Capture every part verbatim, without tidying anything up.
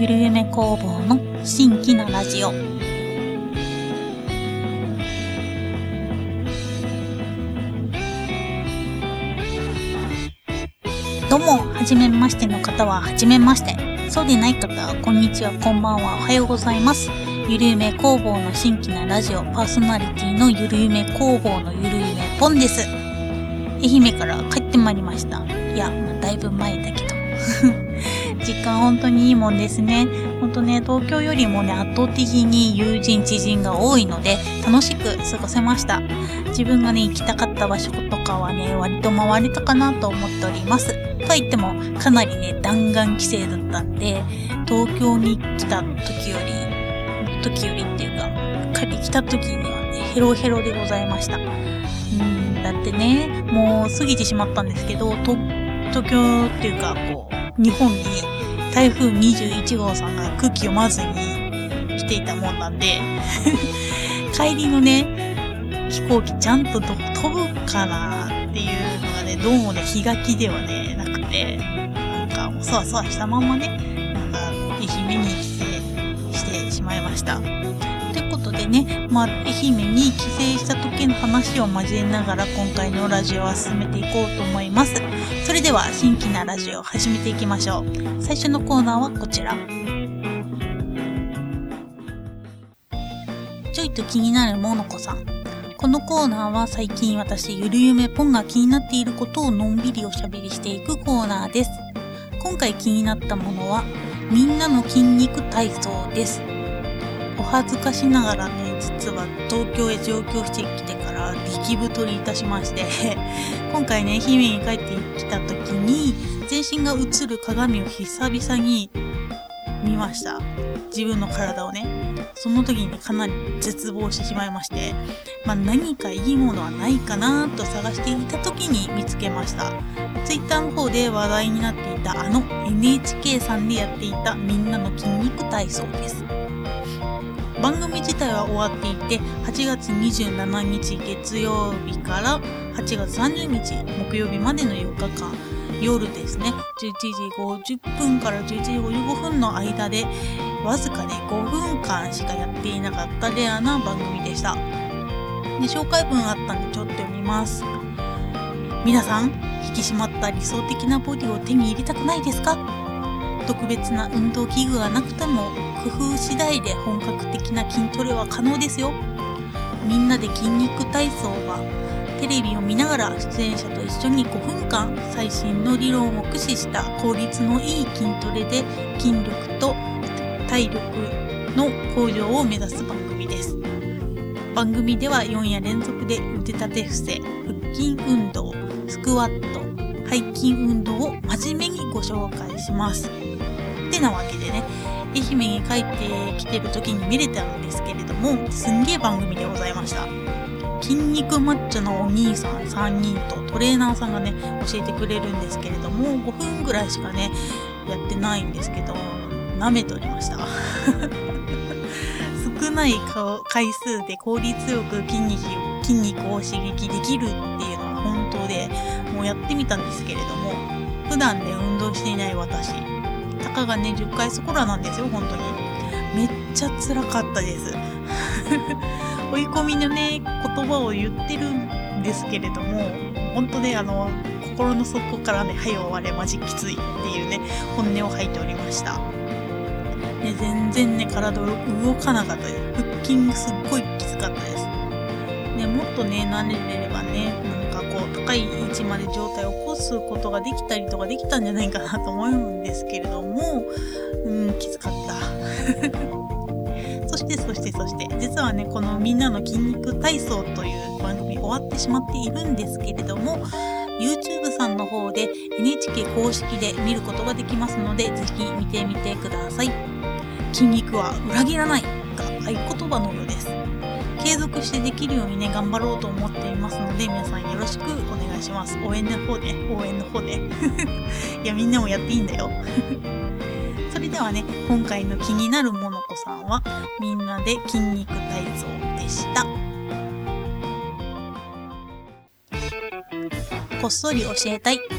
ゆるゆめ工房の新規なラジオ。どうも、はじめましての方ははじめまして、そうでない方はこんにちは、こんばんは、おはようございます。ゆるゆめ工房の新規なラジオパーソナリティのゆるゆめ工房のゆるゆめポンです。愛媛から帰ってまいりました。いや、まあ、だいぶ前だけど実感本当にいいもんですね。本当ね、東京よりもね、圧倒的に友人知人が多いので楽しく過ごせました。自分がね、行きたかった場所とかはね、割と回れたかなと思っております。とは言ってもかなりね、弾丸規制だったんで、東京に来た時より時よりっていうか帰ってきた時にはね、ヘロヘロでございました。うーんだってね、もう過ぎてしまったんですけど、と東京っていうかこう日本に台風にじゅういち号さんが空気読まずに来ていたもんなんで帰りのね、飛行機ちゃんと飛ぶかなっていうのがね、どうもね、気が気ではねなくて、なんかもうそわそわしたまんまね、なんか愛媛に帰省してしまいました。ということでね、まあ、愛媛に帰省した時の話を交えながら今回のラジオは進めていこうと思います。それでは新規なラジオを始めていきましょう。最初のコーナーはこちら。ちょいと気になるモノコさん。このコーナーは最近私ゆるゆめポンが気になっていることをのんびりおしゃべりしていくコーナーです。今回気になったものはみんなの筋肉体操です。お恥ずかしながらね、実は東京へ上京してきてから激太りいたしまして今回ね、愛媛に帰ってきた時に全身が映る鏡を久々に見ました。自分の体をね。その時にかなり絶望してしまいまして、まあ、何かいいものはないかなと探していた時に見つけました。ツイッターの方で話題になっていたあの エヌエイチケー さんでやっていたみんなの筋肉体操です。番組自体は終わっていて、はちがつにじゅうしちにち月曜日からはちがつさんじゅうにち木曜日までのよっかかん、夜ですね、じゅういちじごじゅっぷんからじゅういちじごじゅうごふんの間でわずかねごふんかんしかやっていなかったレアな番組でした。で、紹介文あったんでちょっと読みます。皆さん、引き締まった理想的なボディを手に入れたくないですか？特別な運動器具がなくても工夫次第で本格的な筋トレは可能ですよ。みんなで筋肉体操はテレビを見ながら出演者と一緒にごふんかん最新の理論を駆使した効率のいい筋トレで筋力と体力の向上を目指す番組です。番組ではよん夜連続で腕立て伏せ、腹筋運動、スクワット、背筋運動を真面目にご紹介します。ってなわけでね、愛媛に帰ってきてる時に見れたんですけれども、すんげえ番組でございました。筋肉マッチョのお兄さんさんにんとトレーナーさんがね教えてくれるんですけれども、ごふんぐらいしかねやってないんですけど、舐めておりました少ない回数で効率よく筋肉筋肉を刺激できるっていうのは本当で、もうやってみたんですけれども、普段ね運動していない私、たかがねじゅっかいそこらなんですよ。本当にめっちゃ辛かったです追い込みのね言葉を言ってるんですけれども、本当ね、あの心の底からね、はい終われマジきついっていうね本音を吐いておりました。で、全然ね体を動かなかったです。腹筋すっごいきつかったです。ね、もっとね慣れれればね、なんかこう高い位置まで上体を起こすことができたりとかできたんじゃないかなと思うんですけれども、うん、きつかったそしてそしてそして実はね、このみんなの筋肉体操という番組終わってしまっているんですけれども、 YouTube さんの方で エヌエイチケー 公式で見ることができますので、ぜひ見てみてください。筋肉は裏切らないが合言葉のようです。継続してできるようにね頑張ろうと思っていますので、皆さんよろしくお願いします。応援の方ね応援の方ねいや、みんなもやっていいんだよそれではね、今回の気になるモノコさんはみんなで筋肉体操でした。こっそり教えたい。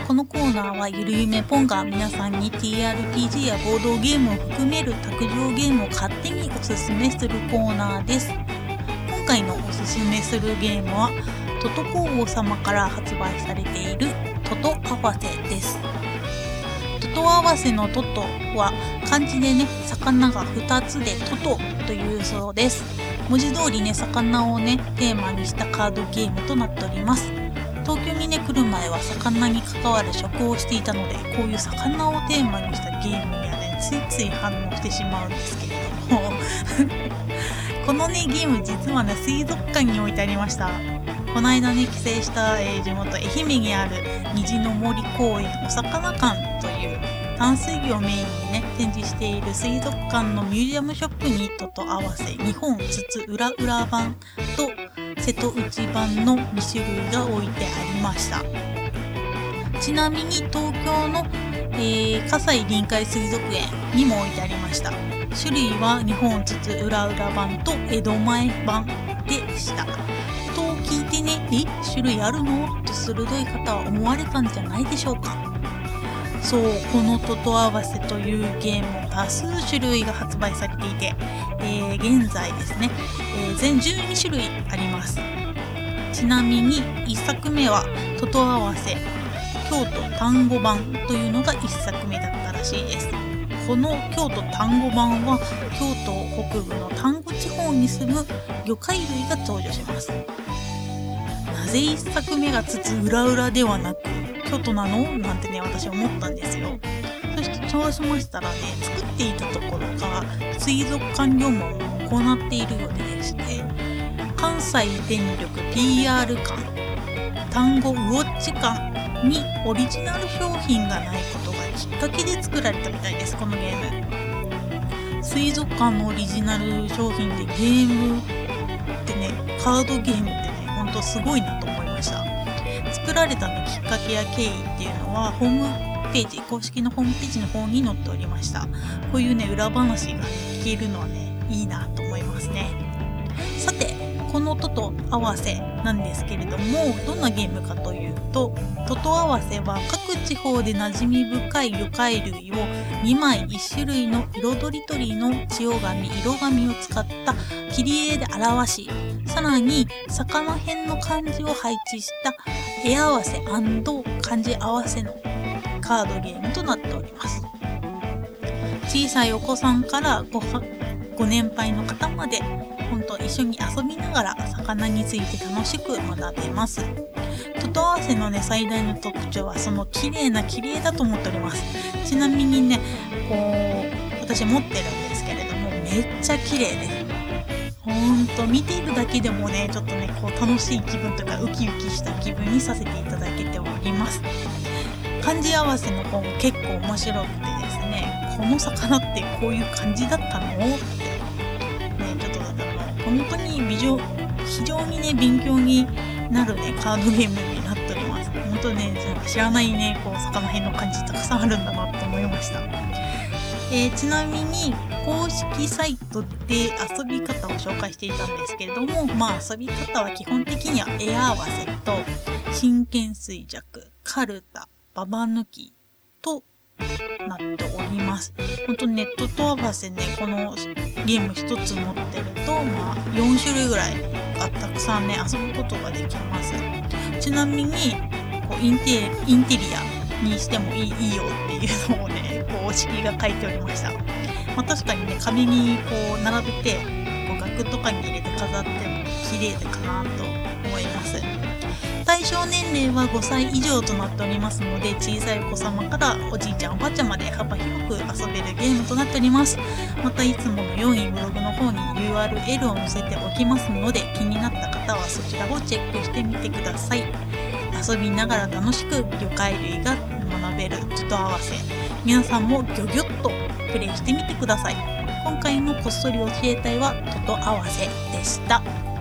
このコーナーはゆるゆめポンが皆さんに ティーアールピージー やボードゲームを含める卓上ゲームを勝手におすすめするコーナーです。今回のおすすめするゲームはトト工房様から発売されているトト合わせです。トト合わせのトトは漢字でね、魚がふたつでトトというそうです。文字通りね、魚をねテーマにしたカードゲームとなっております。東京にね来る前は魚に関わる職をしていたので、こういう魚をテーマにしたゲームにはねついつい反応してしまうんですけれどもこのねゲーム実はね水族館に置いてありました。この間ね帰省した、えー、地元愛媛にある虹の森公園お魚館という淡水魚をメインにね展示している水族館のミュージアムショップにトト合わせ日本筒裏裏版と瀬戸内版のに種類が置いてありました。ちなみに東京の、えー、葛西臨海水族園にも置いてありました。種類は日本筒裏裏版と江戸前版でした。と聞いてね、え、種類あるのと鋭い方は思われたんじゃないでしょうか。そう、このトト合わせというゲーム多数種類が発売されていて、えー、現在ですね、えー、全じゅうに種類あります。ちなみにいっさくめはトト合わせ京都単語版というのがいっさくめだったらしいです。この京都単語版は京都北部の丹後地方に住む魚介類が登場します。なぜいっさくめがつつ裏裏ではなく京都なのなんてね、私思ったんですよ。そして調しましたらね、作っていたところが水族館業務を行っているようででして、関西電力 ピーアール 館、単語ウォッチ館にオリジナル商品がないことがきっかけで作られたみたいです。このゲーム、水族館のオリジナル商品でゲームってね、カードゲームってね、ほんとすごいなと思いました。作られた、ね、きっかけや経緯っていうのはホームページ、公式のホームページの方に載っておりました。こういうね裏話が、ね、聞けるのはねいいなと思いますね。さて、このトト合わせなんですけれども、どんなゲームかというと、トト合わせは各地方で馴染み深い魚介類をにまいいっしゅるいの色とりどりの千代紙、色紙を使った切り絵で表し、さらに魚編の漢字を配置した絵合わせ&漢字合わせのカードゲームとなっております。小さいお子さんから ご, ご年配の方まで本当一緒に遊びながら魚について楽しく学べます。トト合わせのね最大の特徴はその綺麗な切り絵だと思っております。ちなみにね、こう私持ってるんですけれども、めっちゃ綺麗です。ほんと見ているだけでもね、ちょっとねこう楽しい気分とかウキウキした気分にさせていただけております。漢字合わせの方も結構面白くてですね、この魚ってこういう感じだったのってね、ちょっとだから本当に非常非常にね勉強になるねカードゲームになっております。本当ね、知らないねこう魚編の漢字たくさんあるんだなと思いました。えー、ちなみに公式サイトで遊び方を紹介していたんですけれども、まあ遊び方は基本的には絵合わせと真剣衰弱、カルタ、ババ抜きとなっております。本当にネットと合わせね、このゲーム一つ持ってると、まあよんしゅるいぐらいがたくさんね遊ぶことができます。ちなみにこうインテインテリアにしてもいい、いいよっていうのをね、こう式が書いておりました。まあ、確かにね、壁にこう並べてこう額とかに入れて飾っても綺麗かなと思います。対象年齢はごさいいじょうとなっておりますので、小さいお子様からおじいちゃんおばあちゃんまで幅広く遊べるゲームとなっております。またいつものようにブログの方に ユーアールエル を載せておきますので、気になった方はそちらをチェックしてみてください。遊びながら楽しく魚介類が学べるトト合わせ、皆さんもギョギョッとプレイしてみてください。今回のこっそり教えたいはトト合わせでした。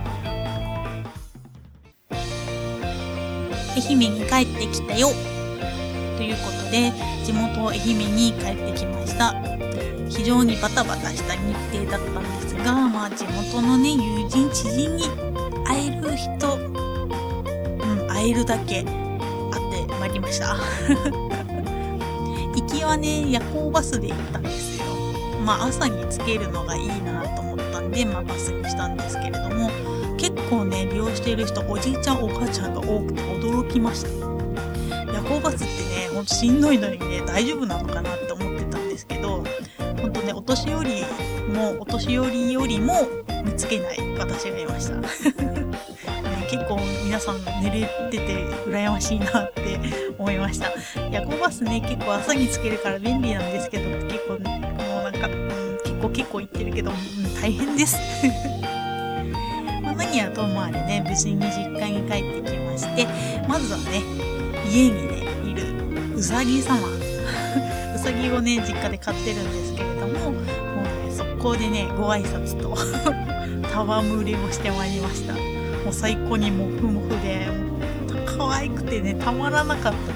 愛媛に帰ってきたよということで、地元愛媛に帰ってきました。非常にバタバタした日程だったんですが、まあ地元のね友人知人に会える人、うん、会えるだけ会って参りました。行きはね、夜行バスで行ったんですよ。まあ朝につけるのがいいなと思ったんで、まあバスにしたんですけれども、結構ね、利用している人、おじいちゃんおばあちゃんが多くて驚きました。夜行バスってね、ほんとしんどいのにね、大丈夫なのかなって思ってたんですけど、ほんとね、お年寄りも、お年寄りよりも見つけない私がいました。結構皆さん寝れてて羨ましいなって思いました。夜行バスね、結構朝につけるから便利なんですけど、結構もうなんか、うん、結構結構行ってるけど、うん、大変です。まあ、何はともあれね、無事に実家に帰ってきまして、まずはね、家にねいるうさぎ様うさぎをね実家で飼ってるんですけれども、もうね速攻でねご挨拶と戯れをしてまいりました。もう最高にもふもふで可愛くてねたまらなかったです。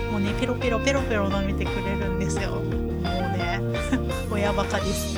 もうねペロペロペロペロ舐めてくれるんですよ。もうね親バカです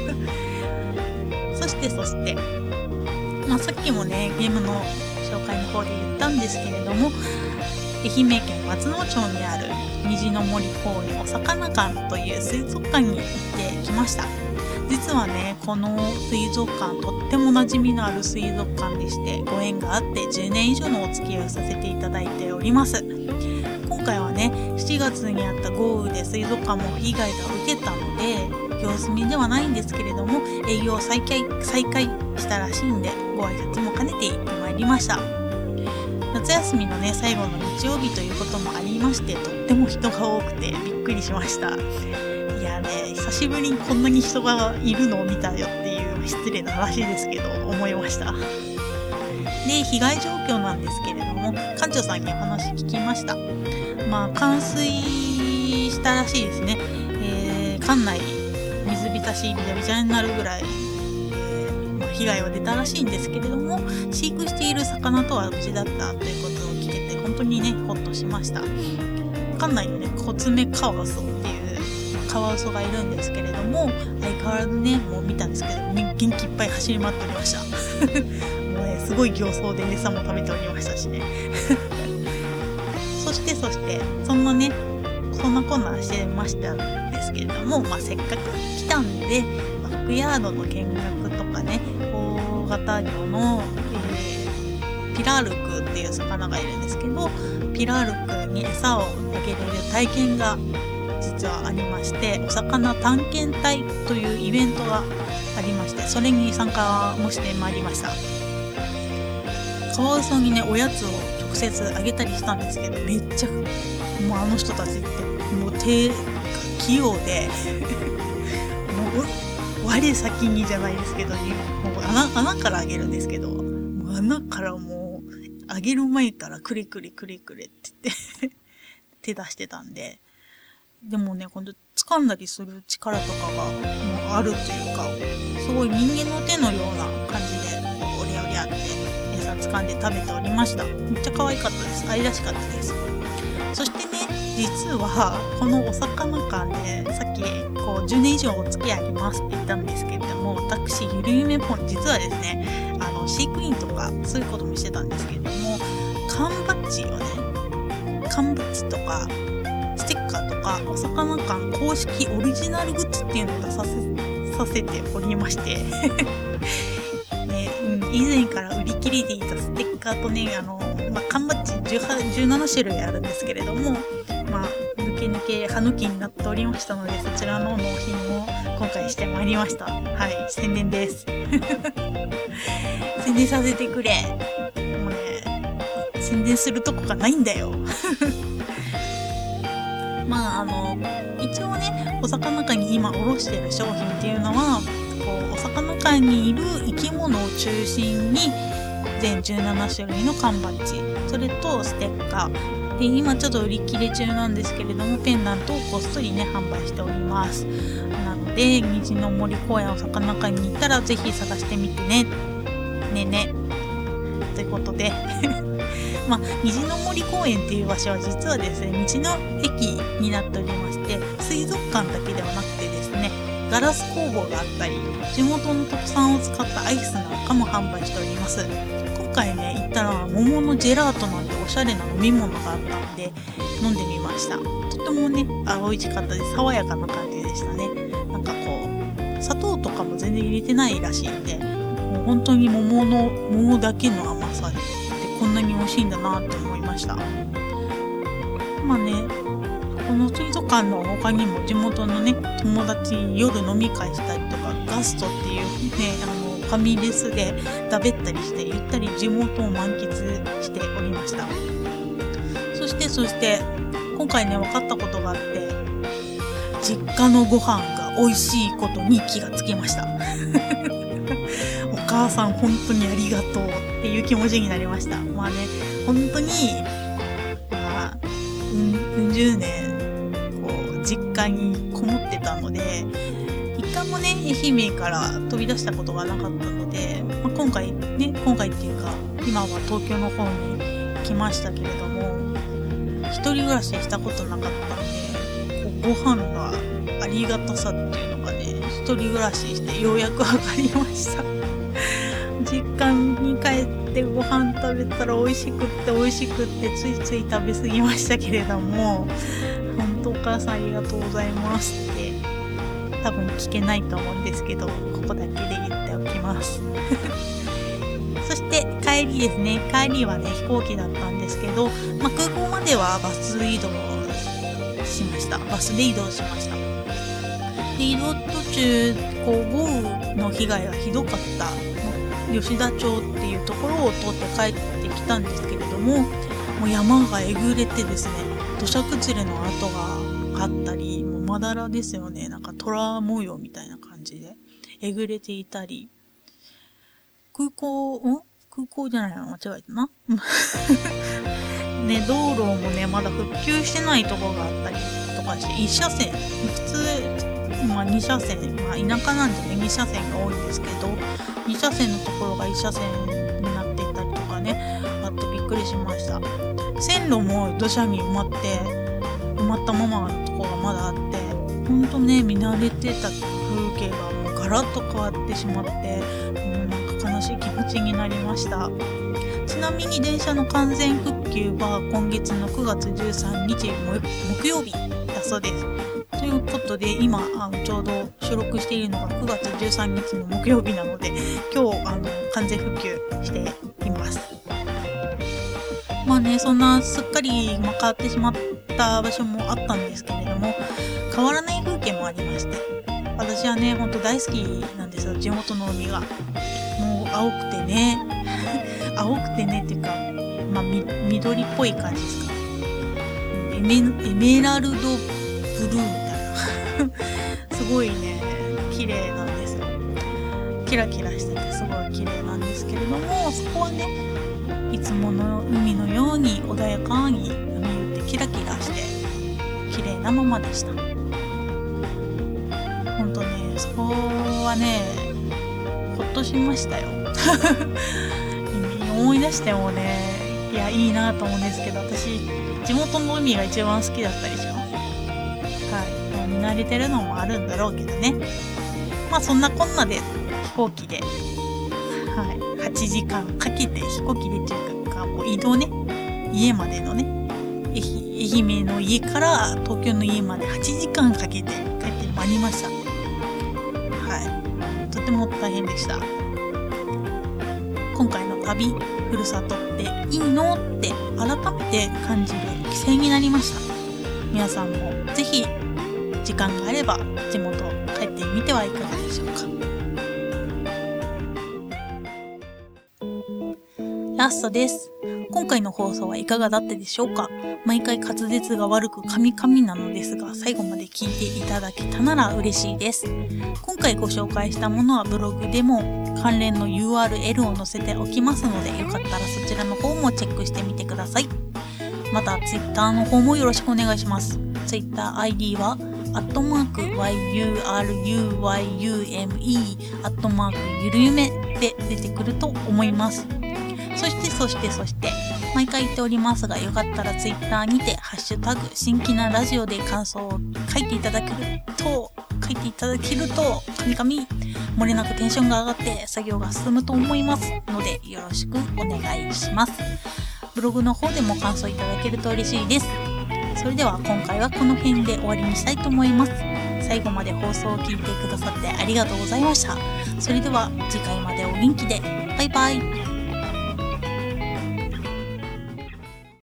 そしてそして、まあ、さっきもねゲームの紹介の方で言ったんですけれども、愛媛県松野町にある虹の森公園お魚館という水族館に行ってきました。実はねこの水族館とっても馴染みのある水族館でして、ご縁があってじゅうねん以上のお付き合いをさせていただいております。今回はねしちがつにあった豪雨で水族館も被害が受けたので様子見ではないんですけれども、営業再開再開したらしいんでご挨拶も兼ねて行ってまいりました。夏休みのね最後の日曜日ということもありまして、とっても人が多くてびっくりしました。いやね久しぶりにこんなに人がいるのを見たよっていう失礼な話ですけど思いました。で被害状況なんですけれども、館長さんにお話聞きました。まあ冠水したらしいですね。えー、館内水浸しびちゃびちゃになるぐらい被害は出たらしいんですけれども、飼育している魚とは無事だったということを聞けて本当にねホッとしました。館内にねコツメカワウソっていうカワウソがいるんですけれども、相変わらずねもう見たんですけど元気いっぱい走り回っておりましたもうねすごい形相で餌も食べておりましたしねそしてそしてそんなねそんなこんなしてましたんですけれども、まあ、せっかく来たんで、バックヤードの見学とかね、大型魚の、えー、ピラールクっていう魚がいるんですけど、ピラールクに餌をあげれる体験が実はありまして、お魚探検隊というイベントがありまして、それに参加もしてまいりました。カワウソにねおやつを直接あげたりしたんですけど、めっちゃもうあの人たちってもう手が器用でもう我先にじゃないですけど、もう 穴, 穴からあげるんですけど、もう穴からもうあげる前からクリクリクリクリって言って手出してたんで、でもね、今度掴んだりする力とかがもうあるというか、すごい人間の手のような感じでおりゃおりゃって餌掴んで食べておりました。めっちゃ可愛かったです。愛らしかったです。そしてね、実はこのお魚館でさっきこうじゅうねん以上お付き合いありますって言ったんですけれども、私ゆるゆめぽん実はですね、あの飼育員とかそういうこともしてたんですけれども、缶バッジをね、缶バッジとかステッカーとかお魚館公式オリジナルグッズっていうのを出させさせておりましてね、うん、以前から売り切れていたステッカーとね、あの、まあ、缶バッジじゅうなな種類あるんですけれども、まあ、抜け抜け歯抜きになっておりましたので、そちらの納品を今回してまいりました。はい、宣伝です宣伝させてくれ。もうね、宣伝するとこがないんだよまああの一応ね、お魚館に今卸してる商品っていうのはこうお魚館にいる生き物を中心に全じゅうなな種類の缶バッジ、それとステッカーで、今ちょっと売り切れ中なんですけれども、ペンダントをこっそりね販売しております。なので虹の森公園お魚館に行ったらぜひ探してみてねねねということでまあ、虹の森公園っていう場所は実はですね、道の駅になっておりまして、水族館だけではなくてですね、ガラス工房があったり、地元の特産を使ったアイスなんかも販売しております。今回ね行ったら桃のジェラートなんておしゃれな飲み物があったので飲んでみました。とてもねあ美味しかったです。爽やかな感じでしたね。なんかこう砂糖とかも全然入れてないらしいんで、もう本当に桃の桃だけの甘さでこんなに美味しいんだなって思いました。まあねこの水族館の他にも地元のね友達に夜飲み会したりとか、ガストっていうねあのファミレスでだべったりしてゆったり地元を満喫しておりました。そしてそして今回ね分かったことがあって、実家のご飯が美味しいことに気がつきましたお母さん本当にありがとうっていう気持ちになりました。まあね本当にまあうん十年こう実家にこもってたので、一回もね愛媛から飛び出したことがなかったので、まあ、今回ね今回っていうか今は東京の方に来ましたけれども、一人暮らししたことなかったんで、こうご飯がありがたさっていうのがね一人暮らししてようやく分かりました実家に帰ってご飯食べたら美味しくって美味しくってついつい食べ過ぎましたけれども、本当お母さんありがとうございますって多分聞けないと思うんですけど、ここだけで言っておきますそして帰りですね。帰りはね飛行機だったんですけど、まあ、空港まではバス移動しました。バスで移動しました。で移動途中こう豪雨の被害がひどかった吉田町っていうところを通って帰ってきたんですけれども、もう山がえぐれてですね、土砂崩れの跡があったり、もうまだらですよね、なんか虎模様みたいな感じでえぐれていたり、空港ん空港じゃないの間違えたなね、道路もねまだ復旧してないところがあったりとかして、一車線普通、まあ、に車線、まあ、田舎なんでねに車線が多いんですけど、に車線のところがいち車線になっていたりとかねあってびっくりしました。線路も土砂に埋まって埋まったままのところがまだあって、ほんとね見慣れてた風景がもうガラッと変わってしまって、もうなんか悲しい気持ちになりました。ちなみに電車の完全復旧は今月のくがつじゅうさんにち木曜日だそうです。ということで今あのちょうど収録しているのがくがつじゅうさんにちの木曜日なので、今日あの完全復旧しています。まあねそんなすっかり、まあ、変わってしまった場所もあったんですけれども、変わらない風景もありまして、私はねほんと大好きなんですよ。地元の海がもう青くてね青くてねっていうか、まあ、み緑っぽい感じですか。エメ、エメラルドブルーみたいなすごいね綺麗なんですよ。キラキラしててすごい綺麗なんですけれども、そこはねいつもの海のように穏やかに波打ってキラキラして綺麗なままでした。ほんとねそこはねほっとしましたよ思い出してもねいやいいなと思うんですけど、私地元の海が一番好きだったりします。はい、もう見慣れてるのもあるんだろうけどね。まあそんなこんなで飛行機で、はい、はちじかんかけて飛行機でっていうかもう移動ね、家までのね、愛媛の家から東京の家まではちじかんかけて帰ってまいりました。はい、とても大変でした。今回の旅、ふるさとっていいのって改めて感じる帰省になりました。皆さんもぜひ時間があれば地元帰ってみてはいかがでしょうか。ラストです。今回の放送はいかがだったでしょうか。毎回滑舌が悪くカミカミなのですが、最後まで聞いていただけたなら嬉しいです。今回ご紹介したものはブログでも関連の ユーアールエル を載せておきますので、よかったらそちらの方もチェックしてみてください。また Twitter の方もよろしくお願いします。Twitter アイディー はアットマーク ワイユーアールユーワイユーエムイー アットマークゆるゆめで出てくると思います。そしてそしてそして毎回言っておりますが、よかったら Twitter にてハッシュタグ新規なラジオで感想を書いていただけると書いていただけると神々 漏れなくテンションが上がって作業が進むと思いますので、よろしくお願いします。ブログの方でも感想いただけると嬉しいです。それでは今回はこの辺で終わりにしたいと思います。最後まで放送を聞いてくださってありがとうございました。それでは次回までお元気で。バイバイ。